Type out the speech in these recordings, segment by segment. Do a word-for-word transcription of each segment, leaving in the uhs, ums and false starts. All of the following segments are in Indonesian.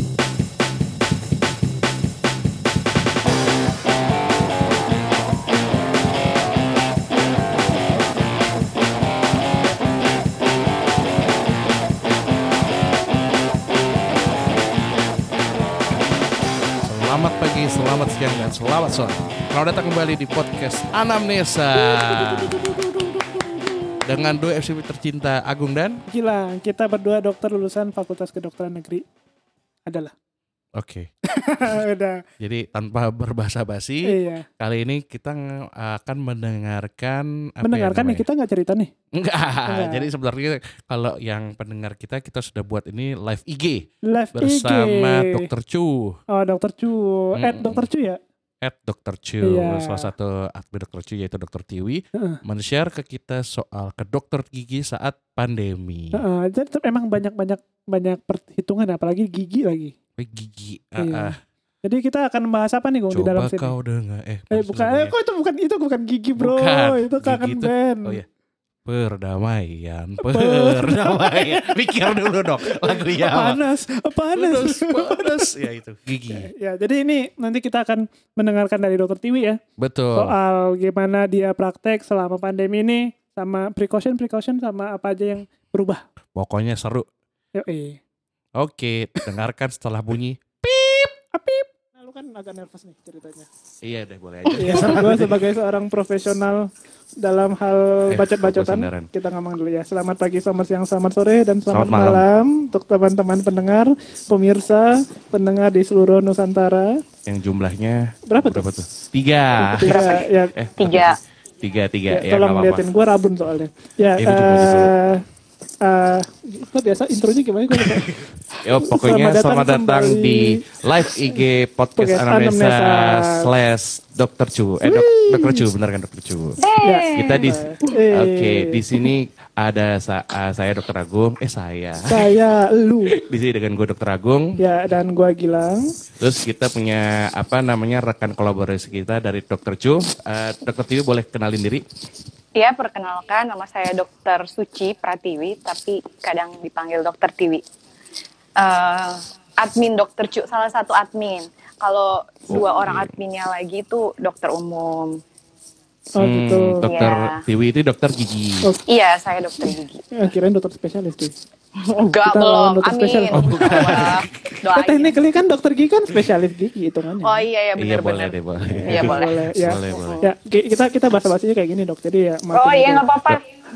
Selamat pagi, selamat siang, dan selamat sore. Selamat datang kembali di podcast Anamnesa dengan dua F C P tercinta, Agung dan Gilang. Kita berdua dokter lulusan Fakultas Kedokteran Negeri adalah. Oke. Udah. Jadi tanpa berbahasa basi, Iya. kali ini kita nge- akan mendengarkan apa Mendengarkan ya nih, namanya? kita nggak cerita nih. Enggak. Enggak. Jadi sebenarnya kalau yang pendengar kita, kita sudah buat ini live I G Live bersama I G. Dokter Chu. Oh, Dokter Chu. Mm-mm. Eh, Dokter Chu ya? At Dokter Chu, Iya. salah satu admin Dokter Chu yaitu Dokter Tiwi, Heeh. men-share ke kita soal ke dokter gigi saat pandemi. Heeh, jadi tuh emang banyak-banyak banyak perhitungan, apalagi gigi lagi. Gigi. Iya. ah, ah. Jadi kita akan bahas apa nih, Gung, di dalam Coba sini? kau dengar. Eh, Eh, maksud bukan. gue Eh, ya. kok itu bukan itu bukan gigi, Bro. Bukan. Itu kangen Gigi itu- band. Oh iya. Perdamaian, perdamaian. Pikir dulu dong lagunya apa. Panas, panas. Panas, panas. Ya itu, gigi. Ya, jadi ini nanti kita akan mendengarkan dari Dokter Tiwi ya. Betul. Soal gimana dia praktek selama pandemi ini, sama precaution-precaution sama apa aja yang berubah. Pokoknya seru. Yoi. Oke, dengarkan setelah bunyi. Apip. Nah, lu kan agak nervous nih ceritanya. Iya deh, boleh aja. Iya, gue sebagai seorang profesional dalam hal Eh, bacot-bacotan, beneran. kita ngomong dulu ya. Selamat pagi, selamat siang, selamat sore, dan selamat, Selamat malam. malam untuk teman-teman pendengar, pemirsa, pendengar di seluruh Nusantara. Yang jumlahnya Berapa tuh? berapa tuh? Tiga. Tiga, ya, Eh, Tiga. Tiga, tiga. ya, Ya, tolong nggak apa-apa. liatin, gue rabun soalnya. Ya, Eh, lu coba gitu. eh eh, kok biasa intronya gimana? Gua lupa. Yo, pokoknya Selamat selamat datang datang, kembali. di live I G podcast Podcast Anamnesa Anamnesa. slash Dokter Chu. Eh, dok, Dokter Chu, benar kan Dokter Chu? Ya. Kita di, Eh. oke, di sini ada sa- ah, saya Dokter Agung, eh saya. Saya, lu, Di sini dengan gue Dokter Agung. ya, dan gue Gilang. Terus kita punya apa namanya rekan kolaborasi kita dari Dokter Chu. Eh, Dokter Chu boleh kenalin diri? Ya, perkenalkan nama saya Dokter Suci Pratiwi, tapi kadang dipanggil Dokter Tiwi. Eh, admin Dokter Cu, salah satu admin. Kalau dua orang adminnya lagi itu dokter umum. Oh gitu. Dokter Iya. Tiwi itu dokter gigi. Oh, Iya, saya dokter gigi. eh, kirain dokter spesialis tuh. Enggak, Kita lawan belum. dokter Amin. spesialis. Oh, bukan. Allah, Eh, doain. technically kan dokter gigi kan spesialis gigi hitungannya. Oh iya, ya Iya boleh benar-benar. deh, boleh. Iya, boleh. Ya. Boleh, boleh. Ya, ki- kita kita bahasa-bahasanya kayak gini, Dok. Jadi ya Oh maafin iya, aja. nggak apa-apa.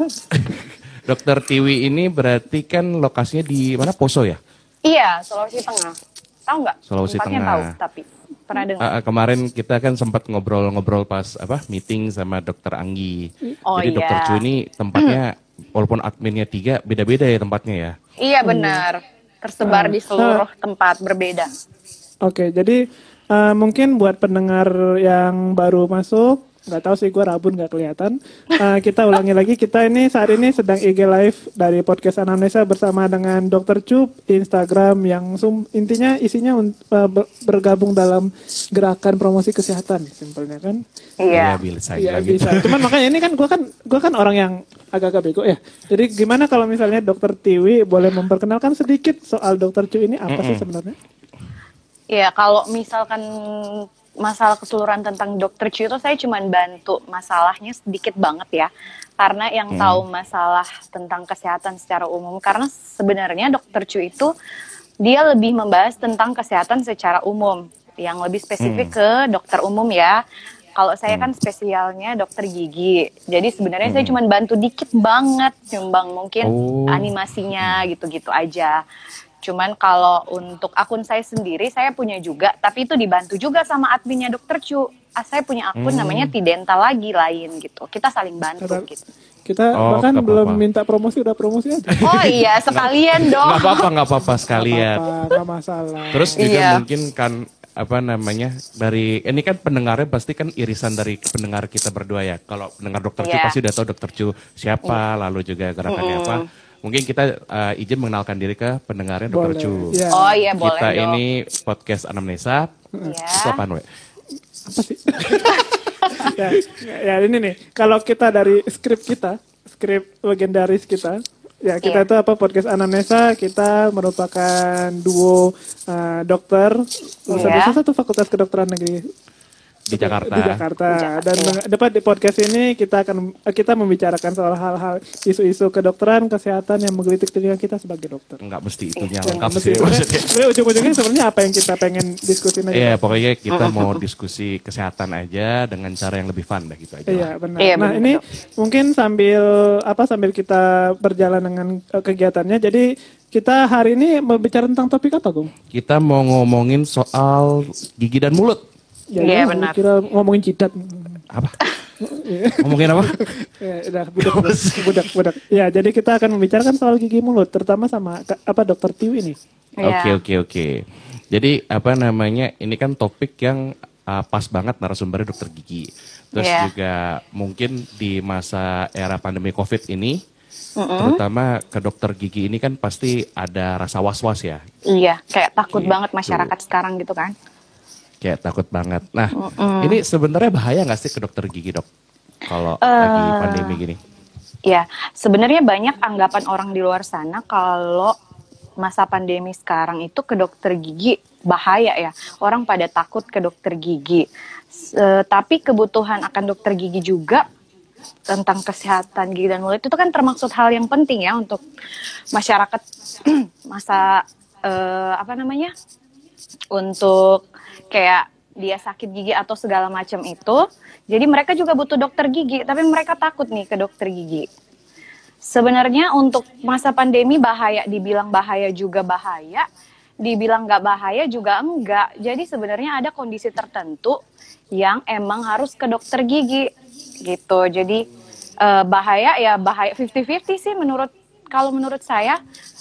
Dokter Tiwi ini berarti kan lokasinya di mana? Poso ya? Iya, Sulawesi Tengah. Tahu nggak? Sulawesi Tempatnya Tengah. tahu, tapi pernah dengar. Ah, ah, kemarin kita kan sempat ngobrol-ngobrol pas apa meeting sama Dokter Anggi. Oh Jadi iya. Dokter Chu ini tempatnya walaupun adminnya tiga beda-beda ya tempatnya ya. Iya benar. Tersebar di seluruh tempat berbeda. Oke, jadi eh, mungkin buat pendengar yang baru masuk, nggak tahu sih, gue rabun nggak kelihatan. Eh, kita ulangi lagi, kita ini saat ini sedang I G live dari podcast Anamnesa bersama dengan Dokter Cu, Instagram yang sum, intinya isinya un- eh, ber- bergabung dalam gerakan promosi kesehatan, simpelnya kan. Iya. bisa Iya gitu. bisa. Cuman makanya ini kan gue kan gue kan orang yang agak-agak bego ya. Jadi gimana kalau misalnya Dokter Tiwi boleh memperkenalkan sedikit soal Dokter Cu ini apa sih sebenarnya? Ya, kalau misalkan masalah keseluruhan tentang dokter Cu itu saya cuma bantu masalahnya sedikit banget ya. Karena yang tahu masalah tentang kesehatan secara umum. Karena sebenarnya dokter Cu itu dia lebih membahas tentang kesehatan secara umum. Yang lebih spesifik ke dokter umum ya. Kalau saya kan spesialnya dokter gigi. Jadi sebenarnya saya cuma bantu dikit banget. Nyumbang mungkin Oh. animasinya gitu-gitu aja. Cuman kalau untuk akun saya sendiri, saya punya juga, tapi itu dibantu juga sama adminnya Dokter Cu. Ah, saya punya akun namanya Tidental lagi lain gitu. Kita saling bantu Kata- gitu. Kita Oh, bahkan nggak belum apa-apa. minta promosi, udah promosi aja. Oh iya, sekalian dong. Nggak apa-apa, nggak apa-apa sekalian. Apa, nggak masalah. Terus juga Iya. mungkin kan apa namanya dari ini kan pendengarnya pasti kan irisan dari pendengar kita berdua ya. Kalau pendengar Dokter Cu Iya. pasti udah tahu Dokter Cu siapa, lalu juga gerakannya apa. Mungkin kita uh, izin mengenalkan diri ke pendengarnya Dokter Boleh. Cu. Iya. Oh iya, boleh Kita dong. ini podcast Anamnesa. Iya. Itu apaan, we? Apa sih? ya, ya ini nih, kalau kita dari skrip kita, skrip legendaris kita, Ya, kita Iya. itu apa podcast Anamnesa, kita merupakan duo uh, dokter lulusan Iya. dari salah satu fakultas kedokteran negeri Di Jakarta. di Jakarta. Di Jakarta, Dan iya. dapat di podcast ini kita akan kita membicarakan soal hal-hal isu-isu kedokteran, kesehatan yang menggelitik telinga kita sebagai dokter. Enggak mesti itunya Iya. lengkap Mesti sih sebenarnya, maksudnya. sebenarnya ujung-ujungnya sebenarnya apa yang kita pengen diskusin aja. Iya, pokoknya kita mau diskusi kesehatan aja dengan cara yang lebih fun dah gitu aja. Iya lah. benar. Iya, Nah benar, ini betul. mungkin sambil apa sambil kita berjalan dengan uh, kegiatannya. Jadi kita hari ini berbicara tentang topik apa, Gung? Kita mau ngomongin soal gigi dan mulut. Ya, Iya, ya, benar. Kira ngomongin jidat. Apa? Ngomongin apa? Ya, udah budak, budak, budak, budak. Ya, jadi kita akan membicarakan soal gigi mulut, terutama sama ka- apa dokter Tiu ini. Iya. Oke oke oke. Jadi apa namanya? Ini kan topik yang uh, pas banget narasumbernya dokter gigi. Terus Iya. juga mungkin di masa era pandemi COVID ini, terutama ke dokter gigi ini kan pasti ada rasa was-was ya. Iya, kayak takut Gitu. banget masyarakat sekarang gitu kan. Kayak takut banget. Nah, ini sebenarnya bahaya nggak sih ke dokter gigi dok? Kalau lagi pandemi gini. Ya, sebenarnya banyak anggapan orang di luar sana kalau masa pandemi sekarang itu ke dokter gigi bahaya ya. Orang pada takut ke dokter gigi. S- eh, tapi kebutuhan akan dokter gigi juga tentang kesehatan gigi dan mulut itu kan termaksud hal yang penting ya untuk masyarakat masa eh, apa namanya? Untuk kayak dia sakit gigi atau segala macam itu. Jadi mereka juga butuh dokter gigi, tapi mereka takut nih ke dokter gigi. Sebenarnya untuk masa pandemi bahaya, dibilang bahaya juga bahaya, dibilang nggak bahaya juga enggak. Jadi sebenarnya ada kondisi tertentu yang emang harus ke dokter gigi gitu. Jadi eh, bahaya ya bahaya fifty fifty sih menurut kalau menurut saya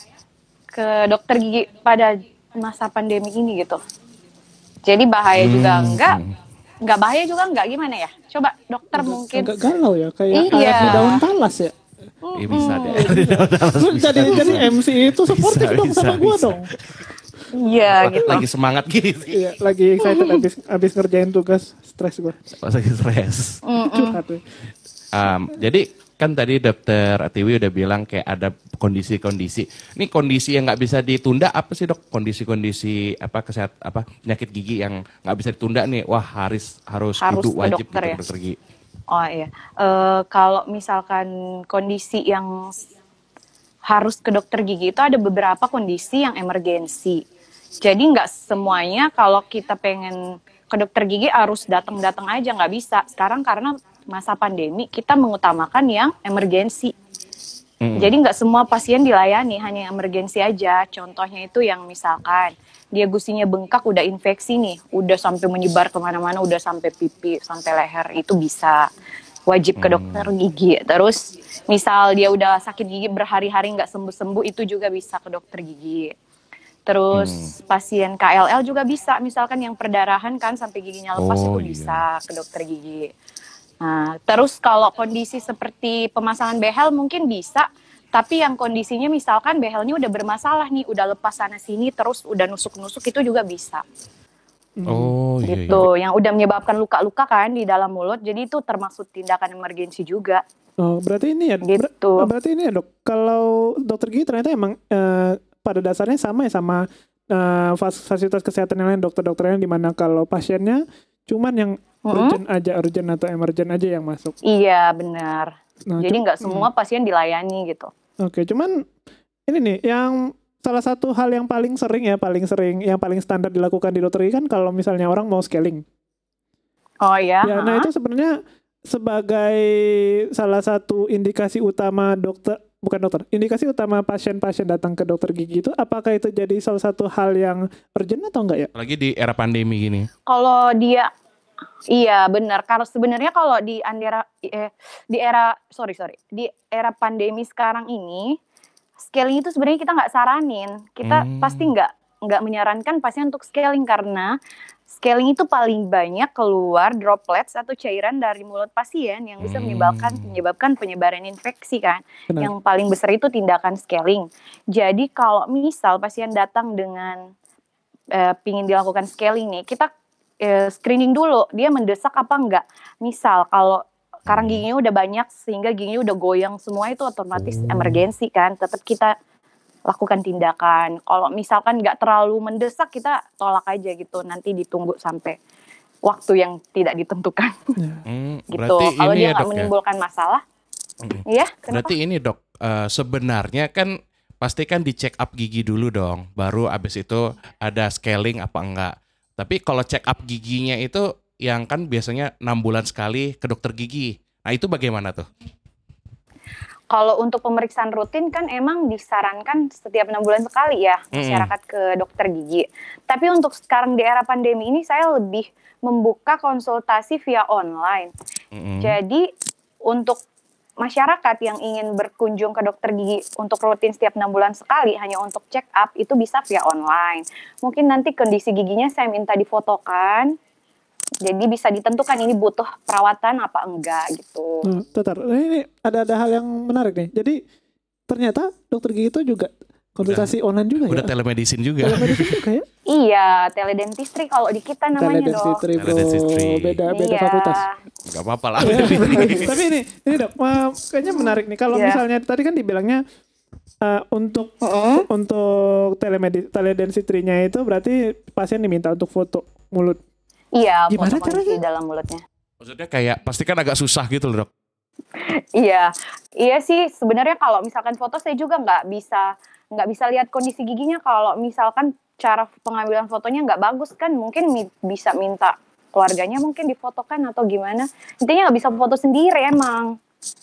ke dokter gigi pada masa pandemi ini gitu. Jadi bahaya juga enggak, enggak bahaya juga enggak, gimana ya? Coba dokter mungkin. Agak galau ya, kayak Iya. kayak di daun talas ya. Iya bisa deh. Lu jadi jadi M C itu supportif Bisa, dong bisa, sama gua bisa. dong. Iya gitu. Lagi semangat gini sih. Iya, lagi excited abis abis ngerjain tugas, stres gua. Pas lagi stres. Curhat tuh. Um, jadi kan tadi dokter Atiwi udah bilang kayak ada kondisi-kondisi. Ini kondisi yang nggak bisa ditunda apa sih dok? Kondisi-kondisi apa kesehat apa penyakit gigi yang nggak bisa ditunda nih? Wah harus harus, Harus kudu ke wajib dokter gitu ya? ke dokter gigi. Oh iya. Eh, kalau misalkan kondisi yang s- harus ke dokter gigi itu ada beberapa kondisi yang emergensi. Jadi nggak semuanya kalau kita pengen ke dokter gigi harus datang-datang aja, nggak bisa. Sekarang karena masa pandemi kita mengutamakan yang emergensi. Mm-mm. Jadi nggak semua pasien dilayani, hanya yang emergensi aja. Contohnya itu yang misalkan dia gusinya bengkak, udah infeksi nih, udah sampai menyebar kemana-mana, udah sampai pipi, sampai leher, itu bisa wajib ke dokter gigi. Terus misal dia udah sakit gigi berhari-hari nggak sembuh-sembuh, itu juga bisa ke dokter gigi. Terus pasien K L L juga bisa, misalkan yang perdarahan kan sampai giginya lepas Oh, itu iya. bisa ke dokter gigi. Nah, terus kalau kondisi seperti pemasangan behel mungkin bisa, tapi yang kondisinya misalkan behelnya udah bermasalah nih, udah lepas sana sini, terus udah nusuk-nusuk, itu juga bisa. Oh iya, iya. Gitu, yang udah menyebabkan luka-luka kan di dalam mulut, jadi itu termasuk tindakan emergensi juga. Oh, berarti ini ya. ber- Gitu. berarti ini ya, Dok. Kalau dokter gigi ternyata emang eh, pada dasarnya sama ya sama eh, fas- fasilitas kesehatan yang lain, dokter-dokter yang dimana kalau pasiennya cuman yang urgent aja, urgent atau emergent aja yang masuk. Iya, benar. Nah, Jadi cu- nggak semua pasien dilayani gitu. Oke, cuman ini nih yang salah satu hal yang paling sering ya, paling sering, yang paling standar dilakukan di dokter gigi kan kalau misalnya orang mau scaling. Oh ya, Ya, nah itu sebenarnya sebagai salah satu indikasi utama dokter, bukan dokter, indikasi utama pasien-pasien datang ke dokter gigi itu, apakah itu jadi salah satu hal yang urgent atau enggak ya? Apalagi di era pandemi gini. kalau dia iya benar. Karena sebenarnya kalau di era eh, di era sorry sorry di era pandemi sekarang ini scaling itu sebenarnya kita nggak saranin. Kita Hmm. pasti nggak nggak menyarankan pasien untuk scaling karena scaling itu paling banyak keluar droplets atau cairan dari mulut pasien yang bisa Hmm. menyebabkan menyebabkan penyebaran infeksi kan. Benar. Yang paling besar itu tindakan scaling. Jadi kalau misal pasien datang dengan eh, pingin dilakukan scaling nih, kita eh, screening dulu dia mendesak apa enggak. Misal kalau karang Hmm. giginya udah banyak sehingga giginya udah goyang semua, itu otomatis emergensi kan. Tetap kita lakukan tindakan. Kalau misalkan nggak terlalu mendesak, kita tolak aja gitu. Nanti ditunggu sampai waktu yang tidak ditentukan Hmm, gitu. berarti Kalau ini dia ya nggak dok ya. menimbulkan masalah, Mm. iya kenapa? Berarti ini dok, eh, sebenarnya kan pasti kan di check up gigi dulu dong, baru abis itu ada scaling apa enggak. Tapi kalau check up giginya itu yang kan biasanya enam bulan sekali ke dokter gigi. Nah itu bagaimana tuh? Kalau untuk pemeriksaan rutin kan emang disarankan setiap enam bulan sekali ya Mm-mm. masyarakat ke dokter gigi. Tapi untuk sekarang di era pandemi ini saya lebih membuka konsultasi via online. Mm-mm. Jadi untuk masyarakat yang ingin berkunjung ke dokter gigi untuk rutin setiap enam bulan sekali hanya untuk check up itu bisa via online. Mungkin nanti kondisi giginya saya minta difotokan. Jadi bisa ditentukan ini butuh perawatan apa enggak gitu. Nah, bentar. Ini ada ada hal yang menarik nih. Jadi ternyata dokter gigi itu juga konsultasi online juga Udah ya. telemedicine juga. Telemedicine juga ya. Iya, teledentistry kalau di kita namanya dong. Teledentistry bro. Teledentistry. Beda beda Iya. fakultas. Gak apa-apa lah. Ya, tapi ini ini dok, eh, kayaknya menarik nih. Kalau Iya. misalnya tadi kan dibilangnya eh, untuk Mm-mm. untuk telemedi teledentistry-nya itu berarti pasien diminta untuk foto mulut. Iya, Gimana foto kondisi caranya? dalam mulutnya. Maksudnya kayak pasti kan agak susah gitu loh dok. Iya, iya sih sebenarnya kalau misalkan foto saya juga nggak bisa nggak bisa lihat kondisi giginya kalau misalkan cara pengambilan fotonya nggak bagus kan mungkin mi- bisa minta keluarganya mungkin difotokan atau gimana. Intinya nggak bisa foto sendiri emang.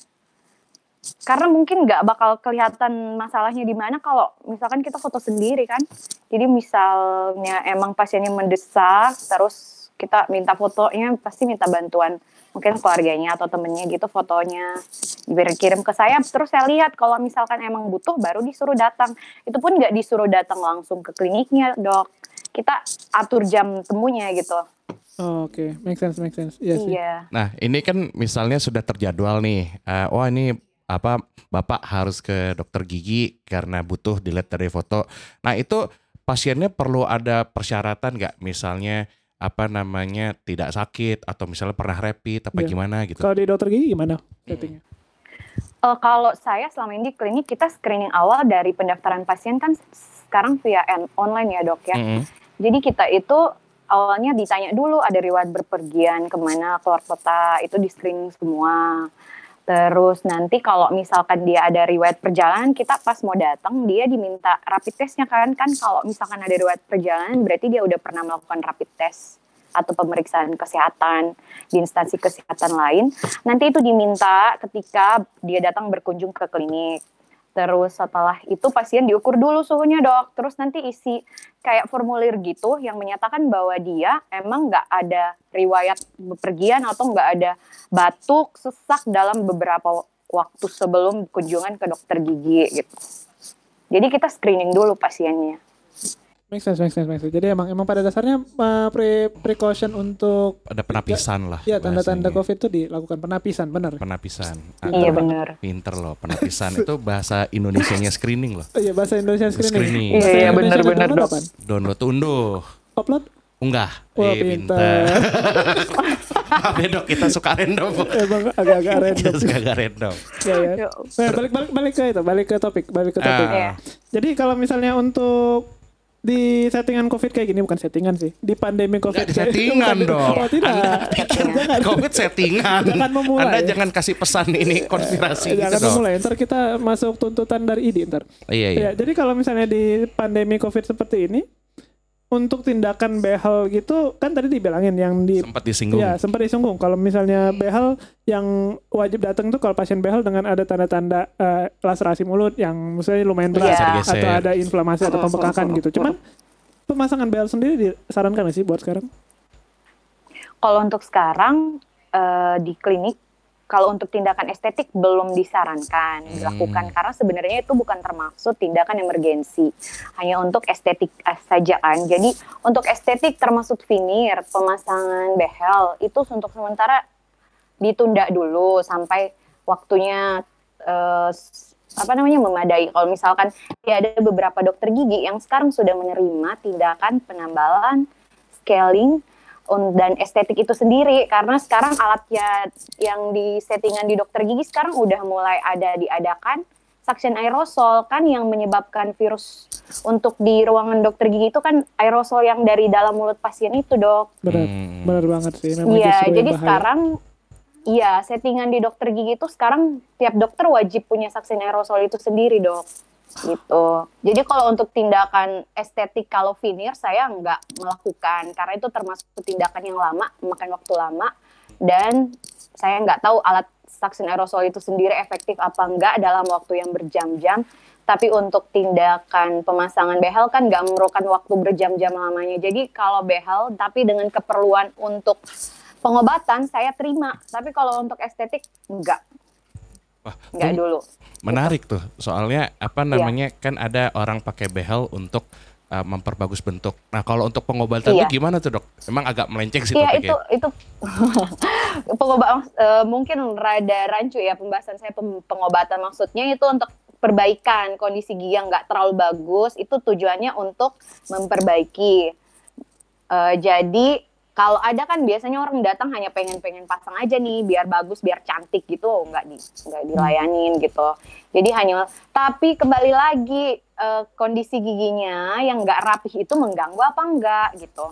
Karena mungkin nggak bakal kelihatan masalahnya di mana kalau misalkan kita foto sendiri kan. Jadi misalnya emang pasiennya mendesak, terus kita minta fotonya, pasti minta bantuan mungkin keluarganya atau temennya gitu fotonya dikirim ke saya. Terus saya lihat kalau misalkan emang butuh baru disuruh datang. Itu pun nggak disuruh datang langsung ke kliniknya dok. Kita atur jam temunya gitu. Oh, Oke, make sense, make sense. Iya sih. Iya. Nah ini kan misalnya sudah terjadwal nih. Eh, wah ini apa bapak harus ke dokter gigi karena butuh dilihat dari foto. Nah itu pasiennya perlu ada persyaratan nggak? Misalnya apa namanya tidak sakit atau misalnya pernah rapid apa Iya. gimana gitu? Kalau di dokter gigi gimana settingnya? Eh, kalau saya selama ini di klinik kita screening awal dari pendaftaran pasien kan sekarang via en- online ya dok ya. Mm-mm. Jadi kita itu awalnya ditanya dulu ada riwayat berpergian kemana keluar kota itu di screening semua. Terus nanti kalau misalkan dia ada riwayat perjalanan kita pas mau datang dia diminta rapid testnya kan kan kalau misalkan ada riwayat perjalanan berarti dia udah pernah melakukan rapid test atau pemeriksaan kesehatan di instansi kesehatan lain. Nanti itu diminta ketika dia datang berkunjung ke klinik. Terus setelah itu pasien diukur dulu suhunya dok. Terus nanti isi kayak formulir gitu yang menyatakan bahwa dia emang nggak ada riwayat bepergian atau nggak ada batuk, sesak dalam beberapa waktu sebelum kunjungan ke dokter gigi gitu. Jadi kita screening dulu pasiennya. Make sense, make sense, make sense. Jadi emang emang pada dasarnya uh, pre precaution untuk Ada penapisan lah. ya tanda-tanda bahasanya. COVID itu dilakukan penapisan, benar. Penapisan. Iya Atau benar. pinter loh penapisan itu bahasa Indonesianya screening loh. Oh, iya bahasa Indonesia screening. Screening. Bahasa Iya, iya, Indonesia benar-benar, download Dok. apaan? Download tuh unduh. Upload? Unggah. Wah, Eh, pintar. Maaf ya dok, kita suka random. Emang agak-agak Kita random. suka agak random. Ya, ya. Nah, balik balik balik ke itu, balik ke topik, balik ke topik. Ah. Iya. Jadi kalau misalnya untuk di settingan COVID kayak gini, bukan settingan sih, di pandemi COVID Nggak di kayak- settingan bukan- dong. Oh tidak. Anda pikir Jangan. COVID settingan. Jangan memulai. Anda jangan kasih pesan ini konspirasi gitu Jangan dong. memulai, ntar kita masuk tuntutan dari I D I ntar. Iya, iya. Ya, jadi kalau misalnya di pandemi COVID seperti ini, untuk tindakan behel gitu, kan tadi dibilangin yang di Sempat disinggung. ya sempat disinggung. Kalau misalnya behel yang wajib datang tuh kalau pasien behel dengan ada tanda-tanda eh, laserasi mulut yang misalnya lumayan berat Iya. Geser-geser. atau ada inflamasi atau pembekakan gitu. Cuman pemasangan behel sendiri disarankan nggak sih buat sekarang? Kalau untuk sekarang eh, di klinik, kalau untuk tindakan estetik belum disarankan dilakukan karena sebenarnya itu bukan termaksud tindakan emergensi, hanya untuk estetik eh, saja kan. Jadi untuk estetik termasuk veneer, pemasangan behel itu untuk sementara ditunda dulu sampai waktunya eh, s- apa namanya memadai. Kalau misalkan ya ada beberapa dokter gigi yang sekarang sudah menerima tindakan penambalan scaling un- dan estetik itu sendiri, karena sekarang alatnya yang di settingan di dokter gigi sekarang udah mulai ada diadakan suction aerosol kan, yang menyebabkan virus untuk di ruangan dokter gigi itu kan aerosol yang dari dalam mulut pasien itu, Dok. Benar, Hmm. benar banget sih. Memang Iya, justru yang jadi bahaya. sekarang iya, settingan di dokter gigi itu sekarang tiap dokter wajib punya suction aerosol itu sendiri, Dok. Gitu. Jadi kalau untuk tindakan estetik kalau veneer saya nggak melakukan karena itu termasuk tindakan yang lama, memakan waktu lama, dan saya nggak tahu alat suction aerosol itu sendiri efektif apa enggak dalam waktu yang berjam-jam. Tapi untuk tindakan pemasangan behel kan nggak memerlukan waktu berjam-jam lamanya. Jadi kalau behel tapi dengan keperluan untuk pengobatan saya terima. Tapi kalau untuk estetik enggak. Wah, Enggak tuh dulu. menarik tuh. Soalnya apa Iya. namanya kan ada orang pakai behel untuk uh, memperbagus bentuk. Nah kalau untuk pengobatan Iya. tuh gimana tuh dok? Emang agak melenceng sih Iya topiknya. itu itu pengobatan eh, mungkin rada rancu ya pembahasan saya, pem- pengobatan maksudnya itu untuk perbaikan kondisi gigi yang nggak terlalu bagus, itu tujuannya untuk memperbaiki. Eh, jadi kalau ada kan biasanya orang datang hanya pengen-pengen pasang aja nih biar bagus biar cantik gitu, nggak di nggak dilayanin gitu. Jadi hanya tapi kembali lagi eh, kondisi giginya yang nggak rapih itu mengganggu apa enggak gitu.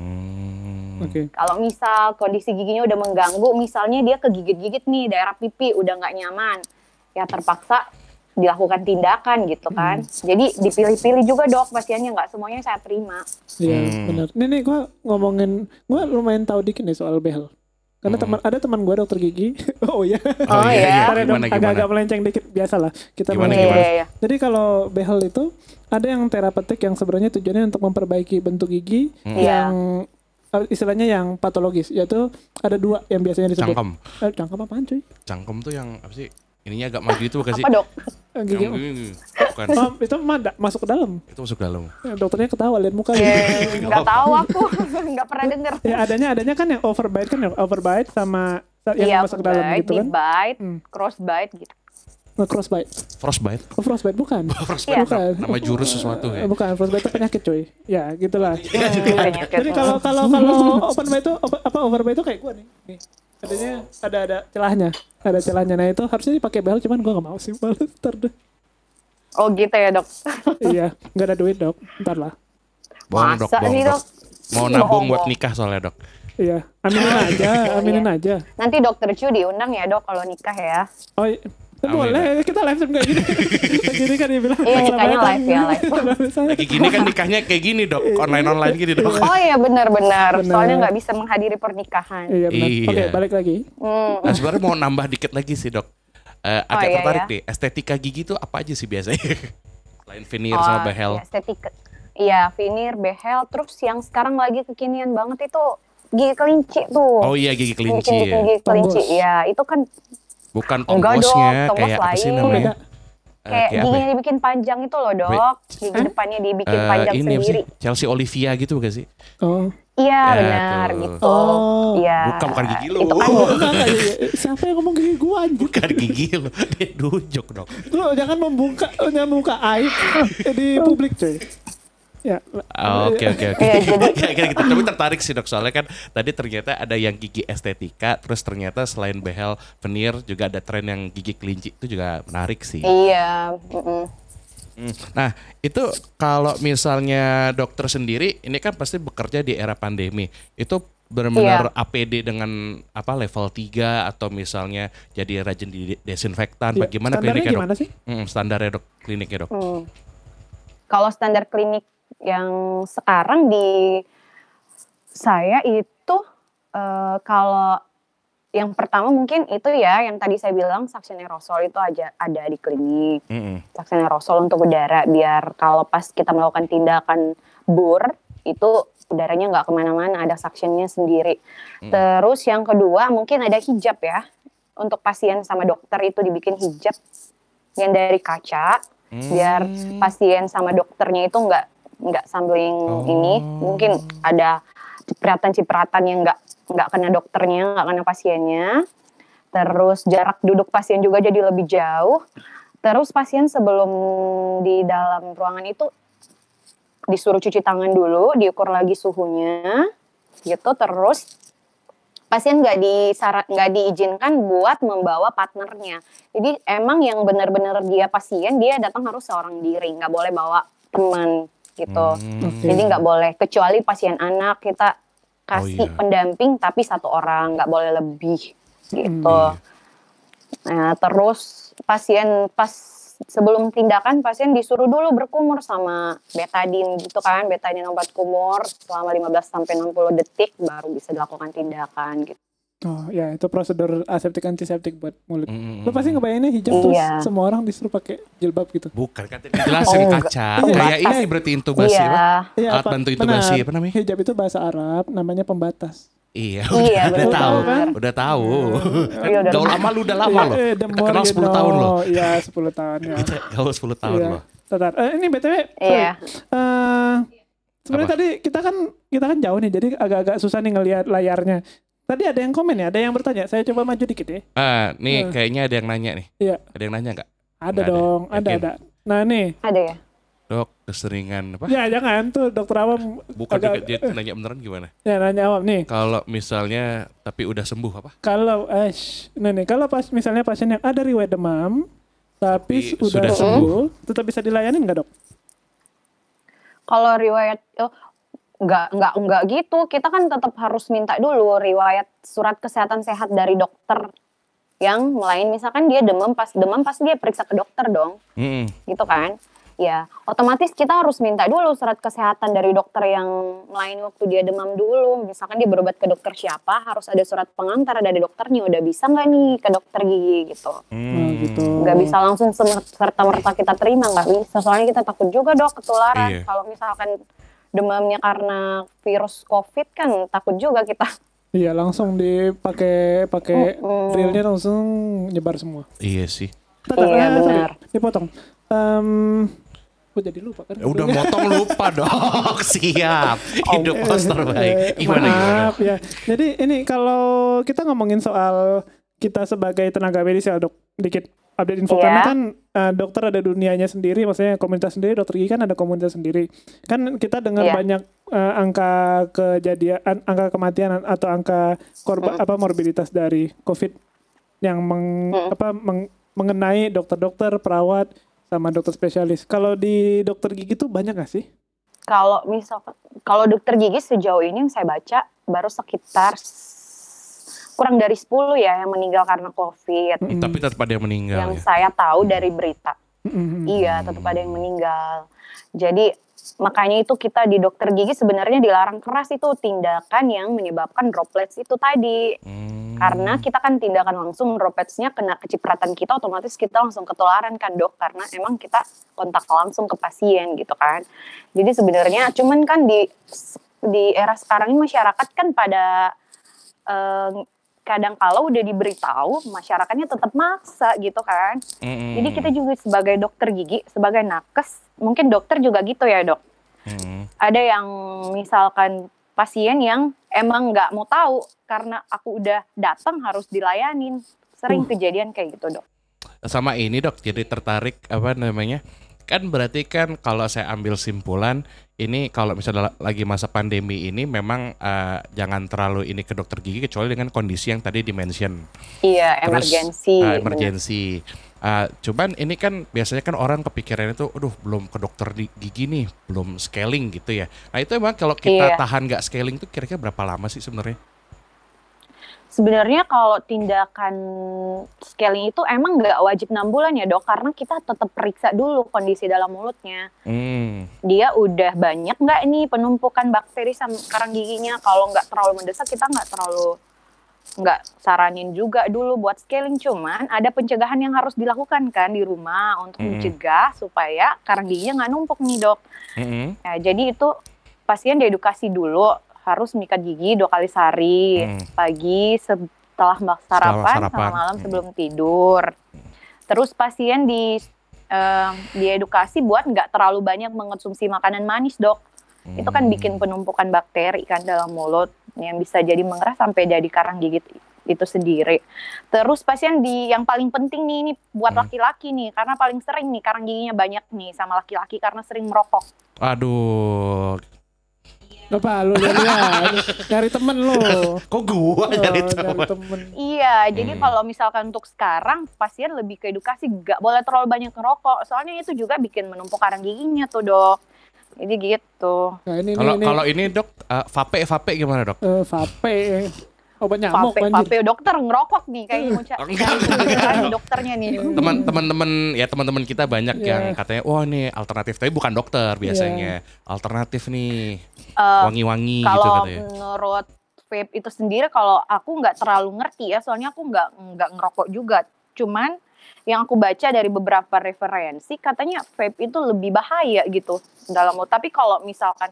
Hmm. Oke. Kalau misal kondisi giginya udah mengganggu, misalnya dia kegigit-gigit nih daerah pipi udah nggak nyaman, ya terpaksa dilakukan tindakan gitu kan. Jadi dipilih-pilih juga dok pasiennya, nggak semuanya saya terima. Iya Hmm. benar. Nih nih gue ngomongin, gue lumayan tahu dikit nih soal behel. Karena Hmm. teman ada teman gue dokter gigi. Oh iya. Oh, iya. Bentar ya, dok. Gimana, gimana? Agak-agak melenceng dikit, biasa lah. Kita Gimana, melenceng. gimana? Iya, iya. Jadi kalau behel itu ada yang terapeutik yang sebenarnya tujuannya untuk memperbaiki bentuk gigi Hmm. Iya. yang eh, istilahnya yang patologis, yaitu ada dua yang biasanya disebut. Cangkem. Eh, cangkem apaan cuy? Cangkem tuh yang apa sih? Ininya agak maju itu bukan sih? Apa dok? Eh, Gigi. Yang ini, bukan. Oh, itu mah da- masuk ke dalam. Itu masuk dalam. Ya, dokternya ketawa lihat muka. Eh, nggak tahu aku, nggak pernah denger. Ya adanya adanya kan yang overbite kan ya, overbite sama yang Iya, masuk ke dalam bite, gitu kan. deep bite, Hmm. cross bite gitu. Nge crossbite. Frostbite. Oh, frostbite bukan. Frostbite Bukan. nama jurus sesuatu ya. Eh, Bukan, frostbite itu penyakit cuy. Ya, gitulah. Penyakit. Jadi kalau kalau kalau open bite itu apa apa overbite itu kayak gua nih. Nih. Adanya ada ada celahnya. Ada celahnya. Nah, itu harusnya dipakai behel cuman gua enggak mau sih, males ntar deh. Oh gitu ya dok. Iya, enggak ada duit, Dok. Ntar lah. Bohong dok, Masa bohong sih, dok. Dok? Mau nabung Bohong, buat bohong. nikah soalnya dok. Iya, aminin aja, aminin aja. Nanti dokter Chu diundang ya dok kalau nikah ya. Oh, iya. Amin. Boleh, kita live stream kayak gini. Kayak gini kan dia bilang. Iya, nikahnya sahabatan. live ya, live. Lagi gini kan nikahnya kayak gini dok, online-online gini dok. Oh iya benar-benar. Benar. Soalnya nggak bisa menghadiri pernikahan. Iya benar. Iya. Oke, balik lagi. Hmm. Nah sebenarnya mau nambah dikit lagi sih dok. Eh, agak iya, tertarik ya. deh, estetika gigi tuh apa aja sih biasanya? Selain veneer Oh, sama behel. iya, estetika. Iya, veneer, behel, terus yang sekarang lagi kekinian banget itu gigi kelinci tuh. Oh iya gigi kelinci Gigi, ya. gigi kelinci, Tonggos. ya itu kan Bukan Enggak, Dok. tonggosnya, Tonggos kayak apa sih lain. namanya? Beda. Eh, kayak kayak apa giginya ya? dibikin panjang itu loh dok. Gigi Hah? depannya dibikin Eh, panjang ini apa sih? sendiri. Chelsea Olivia gitu bukan sih? Oh. Iya Ya, benar tuh. gitu. Oh. Iya. Bukan, bukan gigi lu. Itu kan Oh, enggak, enggak, iya, iya. Siapa yang ngomong gigi gua anjir? Bukan gigi lo, dia nunjuk dok. Lu jangan membuka membuka aib di publik cuy. Ya. Oh, Oke oke oke. Iya, jadi- Ya, kayak gitu. Tapi tertarik sih dok soalnya kan tadi ternyata ada yang gigi estetika, terus ternyata selain behel veneer juga ada tren yang gigi kelinci itu juga menarik sih. Iya. mm-mm. Hmm. Nah itu kalau misalnya dokter sendiri ini kan pasti bekerja di era pandemi itu benar-benar A P D dengan apa level tiga atau misalnya jadi rajin di desinfektan Ya, bagaimana standarnya kliniknya dok? gimana sih? Hmm, standarnya dok kliniknya dok. Hmm. Kalau standar klinik yang sekarang di saya itu eh, kalau yang pertama mungkin itu ya yang tadi saya bilang suction aerosol itu aja ada di klinik. Mm-mm. Suction aerosol untuk udara biar kalau pas kita melakukan tindakan bur itu udaranya nggak kemana-mana, ada suctionnya sendiri. Terus yang kedua mungkin ada hijab ya, untuk pasien sama dokter itu dibikin hijab yang dari kaca biar pasien sama dokternya itu nggak nggak sampling Oh. ini, mungkin ada cipratan-cipratan yang nggak nggak kena dokternya, nggak kena pasiennya. Terus jarak duduk pasien juga jadi lebih jauh. Terus pasien sebelum di dalam ruangan itu disuruh cuci tangan dulu, diukur lagi suhunya. gitu. Terus pasien nggak disaran nggak diizinkan buat membawa partnernya. Jadi emang yang benar-benar dia pasien, dia datang harus seorang diri, nggak boleh bawa teman gitu. Hmm. Jadi nggak boleh, kecuali pasien anak kita kasih Oh, iya. pendamping tapi satu orang, nggak boleh lebih gitu. Iya. Nah terus pasien pas sebelum tindakan pasien disuruh dulu berkumur sama betadine gitu kan, betadine obat kumur selama lima belas sampai enam puluh detik baru bisa dilakukan tindakan gitu. Oh ya, itu prosedur aseptik antiseptik buat mulut. Mm-mm. Lo pasti ngebayanginnya hijab terus Iya. semua orang disuruh pakai jilbab gitu. Bukan, kan tadi dijelasin Oh, kaca. enggak. Kayak ini berarti intubasi Iya. apa? Iya, Alat Pak. bantu intubasi Benar. apa namanya? Hijab itu bahasa Arab, namanya pembatas. Iya, Iya, udah, udah benar. tahu kan? Udah tahu. Iya, udah Gaul tahu. lama lu udah lama loh. Eh, the Kita more kenal you sepuluh tahun know. loh. Iya, sepuluh tahun ya. Kita gaul sepuluh tahun Iya. loh. Tatar. Eh, ini B T W, sorry. Iya. Eh, sebenarnya Apa? tadi kita kan kita kan jauh nih, jadi agak-agak susah nih ngelihat layarnya. Tadi ada yang komen ya, ada yang bertanya. Saya coba maju dikit ya. Ah, nih Nah. kayaknya ada yang nanya nih. Iya, Ada yang nanya nggak? ada Nggak ada. dong, ada Yakin? ada. Nah nih, Ada ya? Dok, keseringan apa? ya jangan tuh dokter awam Bukan agak, dia nanya beneran gimana? ya nanya awam nih. Kalau misalnya tapi udah sembuh apa? Kalau eh nah nih, kalau pas misalnya pasien yang ada riwayat demam tapi, Tapi sudah, sudah sembuh, tetap bisa dilayanin nggak dok? Kalau riwayat oh, nggak nggak nggak gitu, kita kan tetap harus minta dulu riwayat surat kesehatan sehat dari dokter yang melayani. Misalkan dia demam, pas demam pasti dia periksa ke dokter dong, Mm-mm. gitu kan? Ya, otomatis kita harus minta dulu surat kesehatan dari dokter yang melayani waktu dia demam dulu. Misalkan dia berobat ke dokter siapa, harus ada surat pengantar dari dokternya. Udah bisa nggak nih ke dokter gigi gitu? Nah, gitu. Nggak bisa langsung serta merta kita terima, nggak bisa. Soalnya kita takut juga dok ketularan. Iya. Kalau misalkan demamnya karena virus COVID kan takut juga kita. Iya, langsung dipakai pakai Mm-mm. drillnya langsung nyebar semua. Iya sih. Tatar, Iya, ah, sorry, benar. dipotong. Em, gue jadi lupa kan. Ya udah motong lupa dok. Siap. Hidup host terbaik. Gimana gimana? Maaf ya. Jadi ini kalau kita ngomongin soal kita sebagai tenaga medis ya dok, dikit update info. Iya. Karena kan eh, dokter ada dunianya sendiri, maksudnya komunitas sendiri, dokter gigi kan ada komunitas sendiri. Kan kita dengar Iya. banyak eh, angka kejadian, angka kematian atau angka korban apa morbiditas dari COVID yang meng, Mm. apa meng- mengenai dokter-dokter, perawat sama dokter spesialis. Kalau di dokter gigi tuh banyak gak sih? Kalau misalkan kalau dokter gigi sejauh ini yang saya baca baru sekitar s- kurang dari sepuluh ya yang meninggal karena COVID. Mm-mm. Tapi tetap ada yang meninggal Yang ya. saya tahu dari berita. Mm-mm. Iya, tetap ada yang meninggal. Jadi makanya itu kita di dokter gigi sebenarnya dilarang keras itu tindakan yang menyebabkan droplets itu tadi. Hmm. Karena kita kan tindakan langsung, dropletsnya kena kecipratan kita, otomatis kita langsung ketularan kan dok. Karena emang kita kontak langsung ke pasien gitu kan. Jadi sebenarnya cuman kan di di era sekarang ini masyarakat kan pada eh, kadang kalau udah diberitahu masyarakatnya tetap maksa gitu kan. Mm-mm. Jadi kita juga sebagai dokter gigi, sebagai nakes, mungkin dokter juga gitu ya dok. Mm-mm. Ada yang misalkan pasien yang emang nggak mau tahu karena aku udah datang harus dilayanin. Sering Uh. kejadian kayak gitu dok. Sama ini dok, jadi tertarik apa namanya? Kan berarti kan kalau saya ambil simpulan, ini kalau misalnya lagi masa pandemi ini memang eh, jangan terlalu ini ke dokter gigi kecuali dengan kondisi yang tadi dimention. Iya, Terus, emergensi. eh, bener. emergency. Eh, cuman ini kan biasanya kan orang kepikiran itu, aduh belum ke dokter di- gigi nih, belum scaling gitu ya. Nah itu emang kalau kita Iya. tahan nggak scaling tuh kira-kira berapa lama sih sebenarnya? Sebenarnya kalau tindakan scaling itu emang nggak wajib enam bulan ya dok, karena kita tetap periksa dulu kondisi dalam mulutnya. Hmm. Dia udah banyak nggak nih penumpukan bakteri sama karang giginya. Kalau nggak terlalu mendesak kita nggak terlalu nggak saranin juga dulu buat scaling. Cuman ada pencegahan yang harus dilakukan kan di rumah untuk Mm-mm. mencegah supaya karang giginya nggak numpuk nih dok. Mm-mm. Nah, jadi itu pasien diedukasi dulu harus menyikat gigi dua kali sehari, Hmm. pagi setelah mak- sarapan, sarapan. sama malam Hmm. sebelum tidur. Terus pasien di eh, diedukasi buat nggak terlalu banyak mengonsumsi makanan manis dok. Itu kan Hmm. bikin penumpukan bakteri kan dalam mulut yang bisa jadi mengerah sampai jadi karang gigi itu sendiri. Terus pasien di yang paling penting nih ini buat Hmm. laki-laki nih karena paling sering nih karang giginya banyak nih sama laki-laki karena sering merokok. Aduh. Apa lu lihat nyari temen lu. Kok gua Oh, nyari nyari teman? temen. Iya, jadi Hmm. kalau misalkan untuk sekarang pasien lebih ke edukasi, gak boleh terlalu banyak ngerokok. Soalnya itu juga bikin menumpuk karang giginya tuh dok. Jadi gitu. Nah ini Kalau ini, kalau ini dok, uh, vape vape gimana dok? eh, vape obat nyamuk Vape, anjir. vape dokter ngerokok nih kayaknya mau ca- Oh, enggak. cari kebenaran dokternya nih. Teman teman-teman ya teman-teman kita banyak Iya. yang katanya wah nih alternatif, tapi bukan dokter biasanya. Alternatif nih Eh, wangi-wangi gitu Kalau katanya. menurut vape itu sendiri, kalau aku nggak terlalu ngerti ya, soalnya aku nggak nggak ngerokok juga. Cuman yang aku baca dari beberapa referensi, katanya vape itu lebih bahaya gitu dalam. Tapi kalau misalkan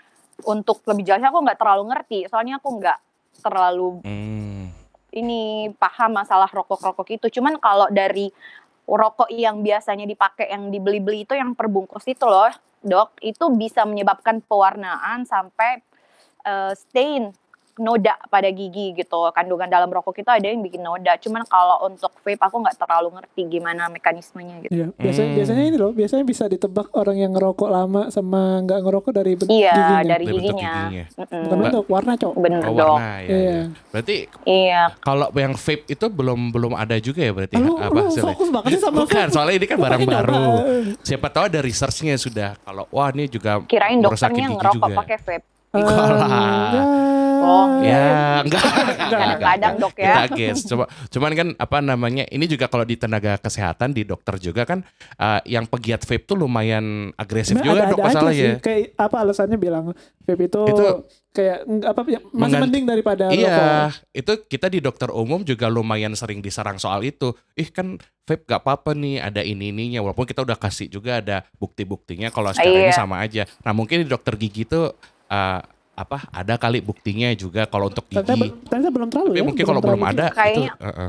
untuk lebih jelasnya aku nggak terlalu ngerti, soalnya aku nggak terlalu Hmm. ini paham masalah rokok-rokok itu. Cuman kalau dari rokok yang biasanya dipakai yang dibeli-beli itu yang perbungkus itu loh, dok, itu bisa menyebabkan pewarnaan sampai eh, stain noda pada gigi gitu. Kandungan dalam rokok itu ada yang bikin noda. Cuman kalau untuk vape aku nggak terlalu ngerti gimana mekanismenya gitu. Iya, biasanya Hmm. biasanya ini loh, biasanya bisa ditebak orang yang ngerokok lama sama nggak ngerokok dari bentuk Iya, giginya. dari Dari bentuk giginya. giginya. Mm-mm. Bukan bentuk, warna, Cok. Bener Oh dok. warna ya, Iya. ya. Berarti Iya. kalau yang vape itu belum belum ada juga ya berarti Lu, apa lu hasilnya? fokus banget sih sama Bukan, vape. soalnya ini kan Lu barang pakai baru. nyoba. Siapa tahu ada researchnya sudah. Kalau wah ini juga Kirain merusakin dokternya gigi ngerokok juga. pakai vape. Enggak lah. enggak. Oh, Ya, enggak. Kadang-kadang, Dok, ya. Kita guess. Coba, cuman kan apa namanya? Ini juga kalau di tenaga kesehatan, di dokter juga kan uh, yang pegiat vape tuh lumayan agresif Sebenarnya juga dok ada aja masalah sih. ya. Kayak apa alasannya bilang vape itu, Itu- kayak nggak apa ya, masih Mengganti- mending daripada rokok. Iya, itu kita di dokter umum juga lumayan sering diserang soal itu. Ih kan vape gak apa-apa nih, ada ini-ininya. Walaupun kita udah kasih juga ada bukti-buktinya kalau secara ini Iya. sama aja. Nah mungkin di dokter gigi tuh uh, apa ada kali buktinya juga kalau untuk Ternyata, gigi. be- ternyata belum terlalu Tapi ya. mungkin kalau belum terlalu. ada Kayaknya- itu. uh-uh.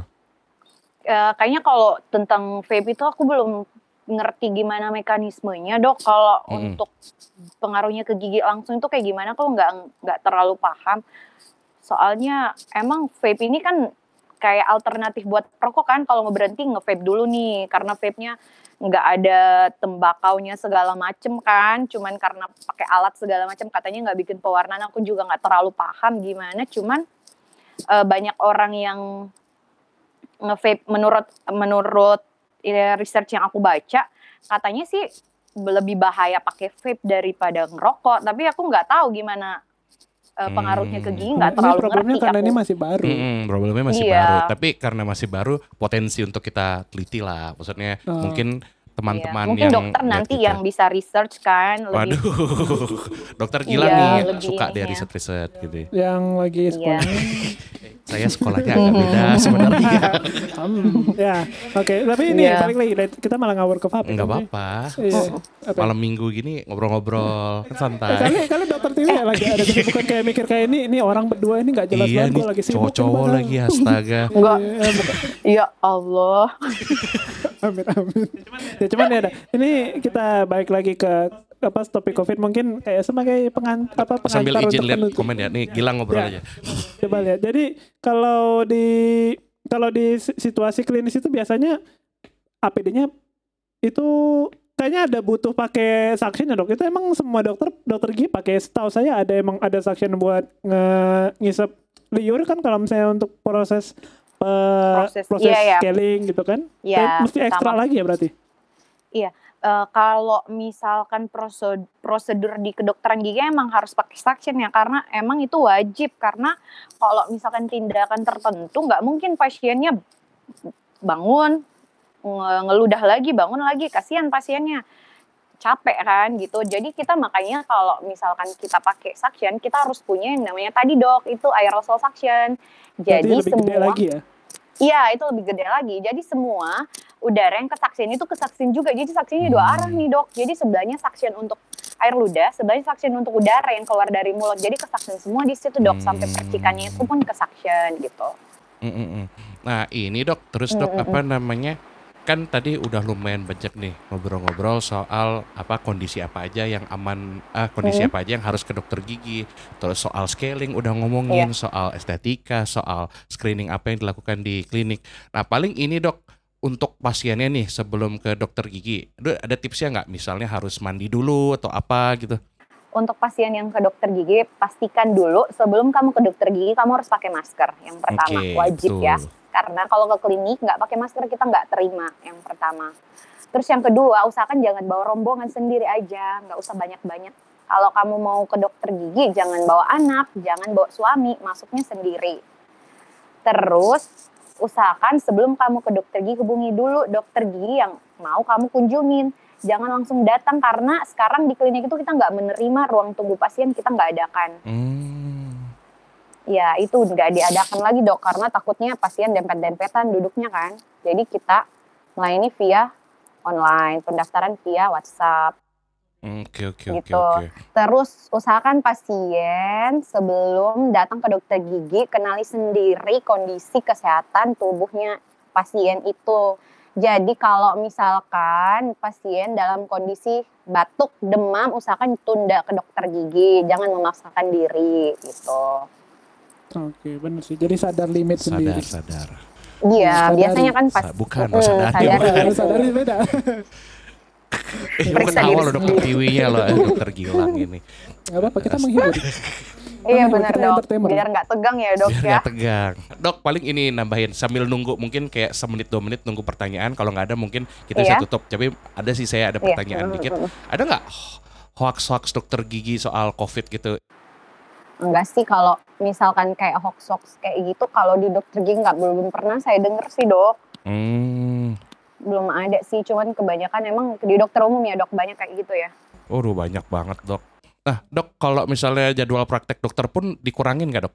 Eh, kayaknya kalau tentang vape itu aku belum ngerti gimana mekanismenya dok. Kalau Mm-mm. untuk pengaruhnya ke gigi langsung itu kayak gimana, aku nggak nggak terlalu paham. Soalnya emang vape ini kan kayak alternatif buat rokok kan. Kalau mau berhenti nge-vape dulu nih, karena vape-nya nggak ada tembakaunya segala macem kan. Cuman karena pakai alat segala macam katanya nggak bikin pewarnaan. Aku juga nggak terlalu paham gimana. Cuman eh, banyak orang yang nge-vape menurut menurut eh, research yang aku baca katanya sih lebih bahaya pakai vape daripada ngerokok, tapi aku nggak tahu gimana eh, pengaruhnya ke gigi, nggak Ini terlalu problemnya ngerti karena aku. ini masih baru. Mm-mm, problemnya masih Iya. baru. Tapi karena masih baru, potensi untuk kita teliti lah. Maksudnya Oh. mungkin Iya. teman-teman Mungkin yang dokter lihat nanti kita. yang bisa research kan lebih. Waduh, dokter gila Iya, nih lebih suka dia ininya. riset-riset gitu. Yang lagi Iya. sekolah. Saya sekolahnya agak beda sebenarnya. Hmm, ya, oke. Tapi ini Iya. balik lagi, kita malah ngawur ke vape. Enggak kan, apa-apa. Iya. Apa? Malam minggu gini ngobrol-ngobrol kan Eh, santai. kali kali dokter Tiwi ya lagi ada kesibukan kayak mikir kayak ini ini orang berdua ini nggak jelas Iya banget nih gue lagi sibuk. cowok-cowok gimana? lagi astaga. Enggak. Iya, bukan. Ya Allah. Amin amin. Ya cuman ya, dah. Ini kita balik lagi ke apa topik COVID mungkin kayak sebagai pengan apa Sambil pengantar izin untuk lihat penutup. komen ya. Nih Gilang ngobrol Ya. aja. Coba lihat. Jadi kalau di kalau di si- situasi klinis itu biasanya A P D-nya itu kayaknya ada butuh pakai suction ya dok. Itu emang semua dokter dokter gigi pakai. Setahu saya ada emang ada suction buat nge ngisep liur kan kalau misalnya untuk proses eh, Proses, proses iya, iya. scaling gitu kan. Iya, Tapi mesti ekstra sama. lagi ya berarti. Eh, kalau misalkan prosedur, prosedur di kedokteran gigi emang harus pakai suction ya, karena emang itu wajib. Karena kalau misalkan tindakan tertentu nggak mungkin pasiennya bangun nge- ngeludah lagi, bangun lagi, kasihan pasiennya, capek kan gitu. Jadi kita makanya kalau misalkan kita pakai suction, kita harus punya yang namanya tadi dok, itu aerosol suction. Jadi Jadi lebih gede semua lagi ya. iya, itu lebih gede lagi. Jadi semua udara yang kesaksin itu kesaksin juga. Jadi saksinya dua arah nih dok. Jadi sebelahnya saksin untuk air ludah, sebelahnya saksin untuk udara yang keluar dari mulut. Jadi kesaksin semua di situ dok. Sampai percikannya itu pun kesaksin gitu. Mm-mm-mm. Nah ini dok, terus dok apa namanya? Kan tadi udah lumayan banyak nih ngobrol-ngobrol soal apa kondisi apa aja yang aman, ah kondisi Hmm. apa aja yang harus ke dokter gigi. Terus soal scaling udah ngomongin, Iya. soal estetika, soal screening apa yang dilakukan di klinik. Nah paling ini dok, untuk pasiennya nih sebelum ke dokter gigi, Aduh, ada tipsnya nggak? Misalnya harus mandi dulu atau apa gitu? untuk pasien yang ke dokter gigi, pastikan dulu sebelum kamu ke dokter gigi kamu harus pakai masker. Yang pertama, Oke, wajib betul. ya. Karena kalau ke klinik nggak pakai masker kita nggak terima, yang pertama. Terus yang kedua, usahakan jangan bawa rombongan sendiri aja, nggak usah banyak-banyak. Kalau kamu mau ke dokter gigi, jangan bawa anak, jangan bawa suami, masuknya sendiri. Terus, usahakan sebelum kamu ke dokter gigi, hubungi dulu dokter gigi yang mau kamu kunjungin. Jangan langsung datang, karena sekarang di klinik itu kita nggak menerima ruang tunggu pasien, kita nggak adakan. Hmm. Ya, itu nggak diadakan lagi dok, karena takutnya pasien dempet-dempetan duduknya kan. Jadi kita melayani via online, pendaftaran via WhatsApp. Oke, oke, oke, Gitu. oke. Terus usahakan pasien sebelum datang ke dokter gigi kenali sendiri kondisi kesehatan tubuhnya pasien itu. Jadi kalau misalkan pasien dalam kondisi batuk, demam, usahakan tunda ke dokter gigi, jangan memaksakan diri gitu. Oke, benar sih. Jadi sadar limit Sadar, sendiri. sadar. Iya, Sadari. biasanya kan pas Sa- bukan, Hmm, sadari. sadari. Harus sadari beda. Eh, lu Periksa ketawa diri lo dokter sendiri. Tiwinya lo, eh, dokter Gilang ini. Gak apa-apa, kita menghibur. Iya Kita benar dok, entertainment. biar nggak tegang ya dok Biar ya. nggak tegang. Dok, paling ini nambahin sambil nunggu mungkin kayak semenit dua menit nunggu pertanyaan. Kalau nggak ada mungkin kita Iya. bisa tutup. Tapi ada sih saya ada Iya. pertanyaan dikit. Ada nggak hoax-hoax dokter gigi soal COVID gitu? Enggak sih, kalau misalkan kayak hoax-hoax kayak gitu, kalau di dokter gigi nggak, belum pernah saya denger sih dok. Hmm. Belum ada sih, cuman kebanyakan emang di dokter umum ya dok, banyak kayak gitu ya. Waduh, banyak banget dok. Nah dok, kalau misalnya jadwal praktek dokter pun dikurangin nggak dok?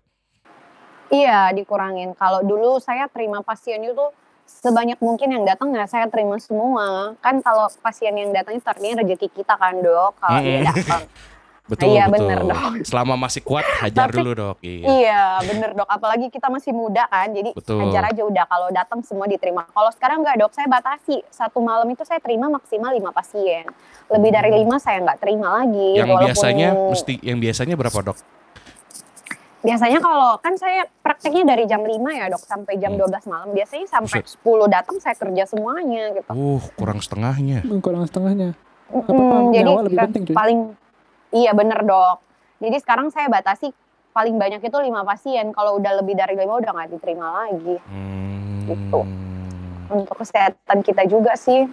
Iya, dikurangin. Kalau dulu saya terima pasien itu sebanyak mungkin yang datang ya saya terima semua. Kan kalau pasien yang datang itu artinya rezeki kita kan dok, kalau dia Mm-mm. datang. Betul, Iya, betul. bener, dok. Selama masih kuat, hajar Tapi- dulu dok. Iya. Iya, bener dok. Apalagi kita masih muda kan, jadi Betul. hajar aja udah. Kalau datang semua diterima. Kalau sekarang nggak dok, saya batasi. Satu malam itu saya terima maksimal lima pasien. Lebih dari lima saya nggak terima lagi. Yang walaupun- biasanya mesti, yang biasanya berapa dok? Biasanya kalau kan saya prakteknya dari jam lima ya dok sampai jam Hmm. dua belas malam. Biasanya sampai Buset. sepuluh datang saya kerja semuanya gitu. Uh, kurang setengahnya. Kurang setengahnya. Mm-mm, Apa-apa, jadi nyawa lebih kan penting, cuy. paling iya bener dok. Jadi sekarang saya batasi paling banyak itu lima pasien. Kalau udah lebih dari lima udah nggak diterima lagi. Hmm. Gitu. Untuk kesehatan kita juga sih.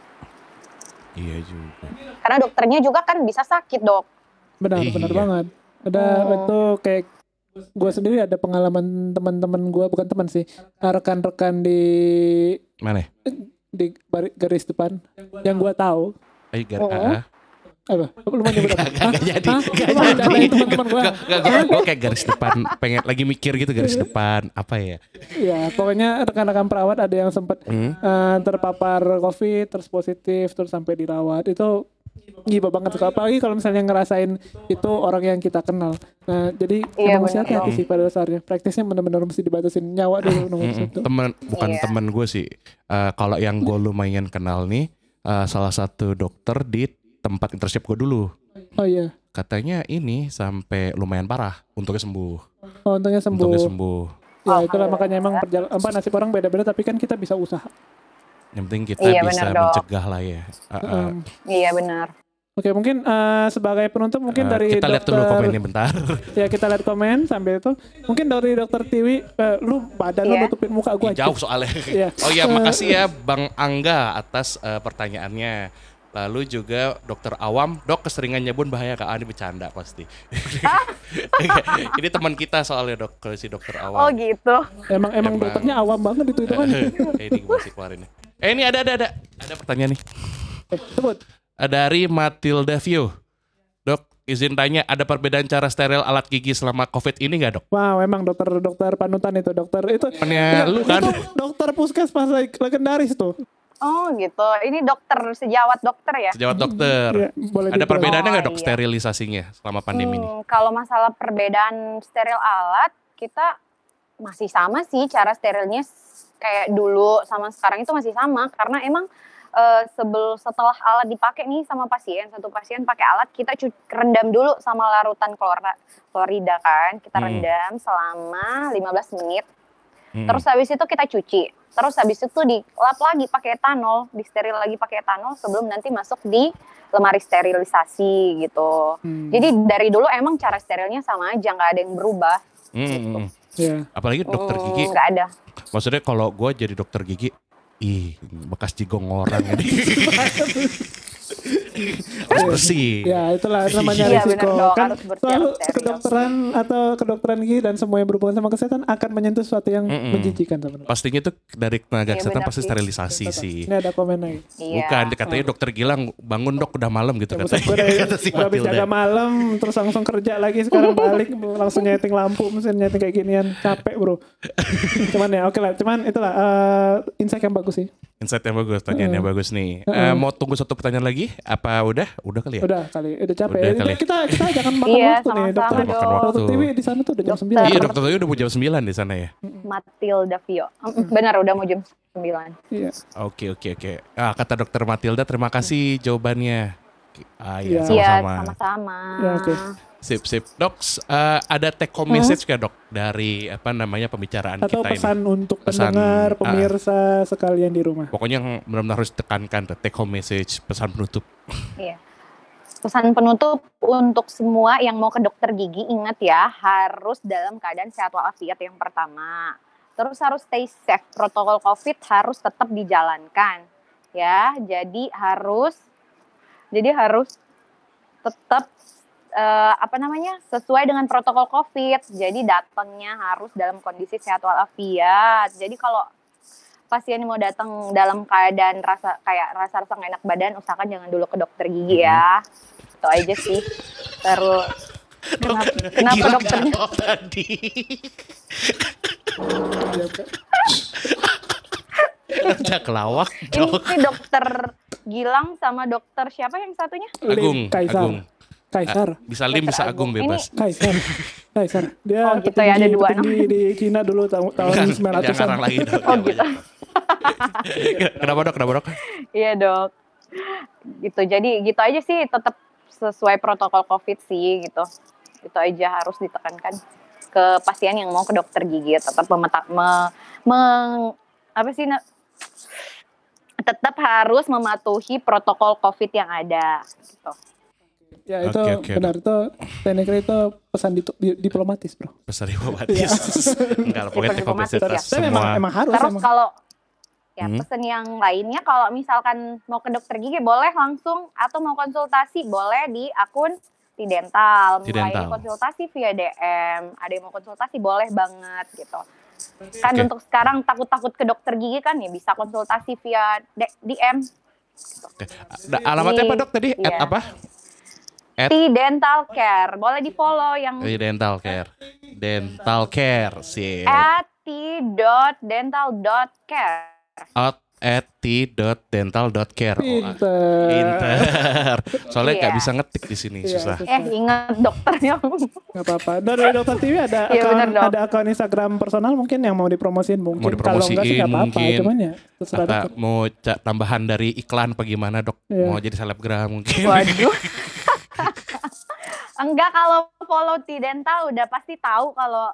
Iya juga. Karena dokternya juga kan bisa sakit dok. Benar, Iya. benar banget. Ada Hmm. itu kayak gue sendiri ada pengalaman teman-teman gue, bukan teman sih, rekan-rekan di Mana? di bari- garis depan yang gue tahu. Eh, gar- Oh. ah. Apa? Lu mau nyebut apa? Gak, gak jadi, Hah? gak Lu mau jadi. nyadain teman-teman gue? Gak, gak, gak, gue kayak garis depan, pengen lagi mikir gitu garis depan, apa ya? Ya, pokoknya rekan-rekan perawat ada yang sempat Hmm? eh, terpapar COVID, terus positif, terus sampai dirawat. Itu gila banget. Apalagi kalau misalnya ngerasain itu orang yang kita kenal. Nah, jadi Iya, emang mesti benar, hati-hati dong. sih pada dasarnya. Praktisnya benar-benar mesti dibatasin nyawa dulu nomor Mm-mm. satu. Temen, bukan Iya. temen gue sih. Eh, kalau yang gue lumayan kenal nih, eh, salah satu dokter di tempat internship gue dulu. Oh iya. Katanya ini sampai lumayan parah, untungnya sembuh. Oh, untungnya sembuh. Untungnya sembuh. Ya, itulah Alhamdulillah. makanya emang perjalanan apa nasib orang beda-beda, tapi kan kita bisa usaha. Yang penting kita Iya, bisa benar, Dok. mencegah lah ya. Uh, uh, Um, Iya benar. Oke, mungkin eh, sebagai penutup mungkin uh, dari kita lihat dulu dokter- komennya bentar. Ya, kita lihat komen sambil itu. Mungkin dari dokter Tiwi, eh, lu badan lu Iya. nutupin muka gua Ih, jauh soalnya. Iya. Oh ya, Eh, makasih ya Bang Angga atas eh, pertanyaannya. Lalu juga dokter Awam, dok keseringan nyebun bahaya kak, ah, ini bercanda pasti. Ini teman kita soalnya dok, kalau si dokter Oh Awam. gitu. Emang emang Emang. dokternya awam banget itu itu kan. Eh, ini gue masih keluarin nih. Eh ini ada ada ada ada pertanyaan nih. Eh, sebut. Dari Matilda View. Dok, izin tanya, ada perbedaan cara steril alat gigi selama COVID ini nggak dok? Wow, emang dokter-dokter panutan itu dokter itu. Temennya Iya, lu kan? Itu dokter puskesmas legendaris tuh. Oh gitu. Ini dokter sejawat dokter ya. Sejawat dokter. Iya, boleh Ada dibilang. perbedaannya nggak Oh, dok iya. sterilisasinya selama pandemi ini? Hmm, kalau masalah perbedaan steril alat, kita masih sama sih cara sterilnya s- kayak dulu sama sekarang itu masih sama karena emang eh, sebel setelah alat dipakai nih sama pasien, satu pasien pakai alat kita cu- rendam dulu sama larutan klora, klorida kan, kita Hmm. rendam selama lima belas menit. Hmm. Terus habis itu kita cuci. Terus habis itu dilap lagi pakai etanol, disteril lagi pakai etanol sebelum nanti masuk di lemari sterilisasi gitu. Hmm. Jadi dari dulu emang cara sterilnya sama aja, nggak ada yang berubah. Hmm. Iya. Apalagi dokter gigi. Hmm, nggak ada. Maksudnya kalau gue jadi dokter gigi, ih bekas jigong orang ini. Harus bersih. Ya itulah namanya Iya, risiko. benar dong, Kan harus bersih, selalu harus steril. kedokteran atau kedokteran gigi dan semua yang berhubungan sama kesehatan akan menyentuh sesuatu yang Mm-mm. menjijikan sebenarnya. Pastinya itu dari tenaga Iya, kesehatan benar pasti sih. sterilisasi sih. Ini ada komen lagi. Iya. Bukan, katanya dokter Gilang bangun dok udah malam gitu Ya, buset, katanya. gue udah, Kata si gue habis Matilda. jaga malam terus langsung kerja lagi sekarang balik langsung nyeting lampu mesin nyeting kayak ginian capek bro. Cuman ya oke lah, cuman itulah uh, insight yang bagus sih. Insight yang bagus, pertanyaan yang bagus nih. Eh, mau tunggu satu pertanyaan lagi? Apa udah? Udah kali ya? Udah kali, udah capek. Udah Ya, kali. Kita kita jangan makan Iya, waktu nih sama-sama dokter. dong. Makan waktu. Dokter T V di sana tuh udah jam Dokter. sembilan. Iya dokter tadi udah mau jam sembilan di sana ya? Matilda Vio. Mm, Benar udah mau jam sembilan. Iya. Oke oke oke. Ah, kata dokter Matilda terima kasih jawabannya. Ah Iya. iya Iya, sama-sama. sama-sama. Ya, oke. Sip sip. Dok, eh, ada take home message gak dok dari apa namanya pembicaraan Atau kita pesan ini? untuk Pesan, pendengar, ah. pemirsa sekalian di rumah. Pokoknya yang benar-benar harus ditekankan tuh, take home message, pesan penutup. Iya. Pesan penutup untuk semua yang mau ke dokter gigi, ingat ya, harus dalam keadaan sehat walafiat yang pertama. Terus harus stay safe, protokol COVID harus tetap dijalankan. Ya, jadi harus jadi harus tetap eh, apa namanya? Sesuai dengan protokol COVID. Jadi datangnya harus dalam kondisi sehat walafiat. Jadi kalau pasien mau datang dalam keadaan rasa kayak rasa-rasa nggak enak badan, usahakan jangan dulu ke dokter gigi ya. Itu aja sih. Terus kenapa, kenapa Gila dokternya? jawab tadi. Udah kelawak dok. Ini dokter Gilang sama dokter siapa yang satunya? Agung, Lim, Kaisar. Agung. Kaisar. Bisa Lim, Dokter bisa Agung Agung. bebas. Kaisar. Kaisar. Dia Oh, gitu ya, ada petinggi- dua petinggi di Cina dulu tahun tahun Bukan, sembilan jangan ratusan. ngarang lagi dok. Oh gitu. Kenapa dok? Kenapa dok? Iya dok. Gitu. Jadi gitu aja sih, tetap sesuai protokol COVID sih gitu. Itu aja harus ditekankan ke pasien yang mau ke dokter gigi, tetap memetak me, meng- apa sih na- tetap harus mematuhi protokol COVID yang ada gitu. Ya itu Oke, oke. benar itu tekniknya itu pesan di, di- diplomatis bro. Pesan diplomatis. Enggak, pokoknya take home message Diplomatis, Tapi memang, semua. emang harus Terus emang. kalau ya Hmm. pesan yang lainnya, kalau misalkan mau ke dokter gigi boleh langsung atau mau konsultasi boleh di akun T-Dental. Mulai T-Dental. konsultasi via D M. Ada yang mau konsultasi boleh banget gitu. Kan Oke. untuk sekarang takut-takut ke dokter gigi kan ya bisa konsultasi via D- D M. Oke. Da- Alamatnya apa dok tadi? At Iya. apa? At T-Dental Care. Boleh di follow yang Oh, iya, dental care. Dental care sih. at t dot dental dot care. Out at t dot dental dot care. Oh, Pinter. pinter. Soalnya nggak Iya. bisa ngetik di sini, Iya, susah. susah. Eh ingat dokternya. Nggak apa-apa. Dari dokter T V ada Iya, akun benar, Dok. ada akun Instagram personal mungkin yang mau dipromosiin mungkin. Mau Kalau enggak sih dipromosiin nggak apa-apa. mungkin. Cuman ya terserah Apa dokter. mau ca- tambahan dari iklan apa gimana dok? Iya. Mau jadi selebgram mungkin. Waduh. Enggak, kalau follow T-Dental udah pasti tahu kalau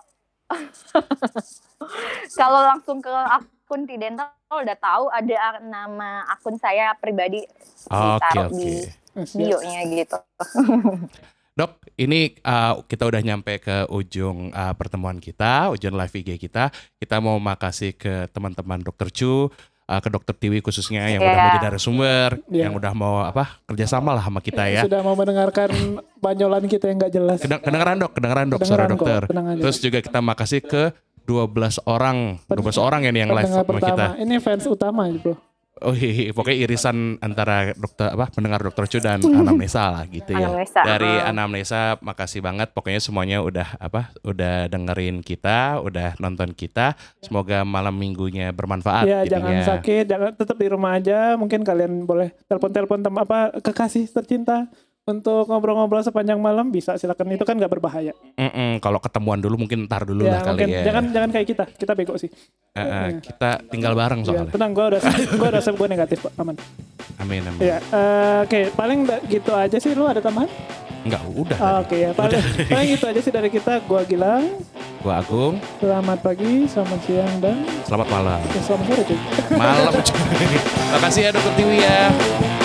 kalau langsung ke akun T-Dental udah tahu ada nama akun saya pribadi Oke ditaruh oke. di Nah, siap. bio-nya gitu. Dok, ini uh, kita udah nyampe ke ujung uh, pertemuan kita, ujung live I G kita. Kita mau makasih ke teman-teman Dokter Chu, uh, ke Dokter Tiwi khususnya yang Iya. udah mau jadi narasumber, Iya. yang udah mau apa kerjasama lah sama kita ya. Sudah mau mendengarkan banyolan kita yang nggak jelas. Kedeng- Kedengeran dok, kedengeran dok, suara Kedengeran kok, dokter. tenang aja. Terus juga kita makasih ke dua belas orang, dua belas orang ini yang live Pendengar sama kita. pertama. Ini fans utama bro. Oh iya, pokoknya irisan antara dokter apa pendengar Dokter Chu dan Anamnesa lah gitu ya. Anamnesa, Dari uh. Anamnesa makasih banget, pokoknya semuanya udah apa, udah dengerin kita, udah nonton kita. Semoga malam minggunya bermanfaat. Ya jangan jadinya. sakit, jangan tetap di rumah aja. Mungkin kalian boleh telepon-telepon tem apa kekasih tercinta untuk ngobrol-ngobrol sepanjang malam bisa silakan, itu kan nggak berbahaya. Mm-mm, kalau ketemuan dulu mungkin ntar dulu Ya lah kali mungkin ya. jangan jangan kayak kita, kita bego sih. Eh, eh, kita tinggal bareng Ya, soalnya. tenang, gue udah gue udah gue negatif kok, aman. Amin amin. Ya eh, oke paling da- gitu aja sih. Lu ada tambahan? Enggak, udah. Ah, Oke ya paling paling gitu aja sih dari kita. Gua Gilang. Gua Agung. Selamat pagi, selamat siang, dan Selamat malam. selamat sore cuy. Malam cuy. Makasih ya Dokter Tiwi ya.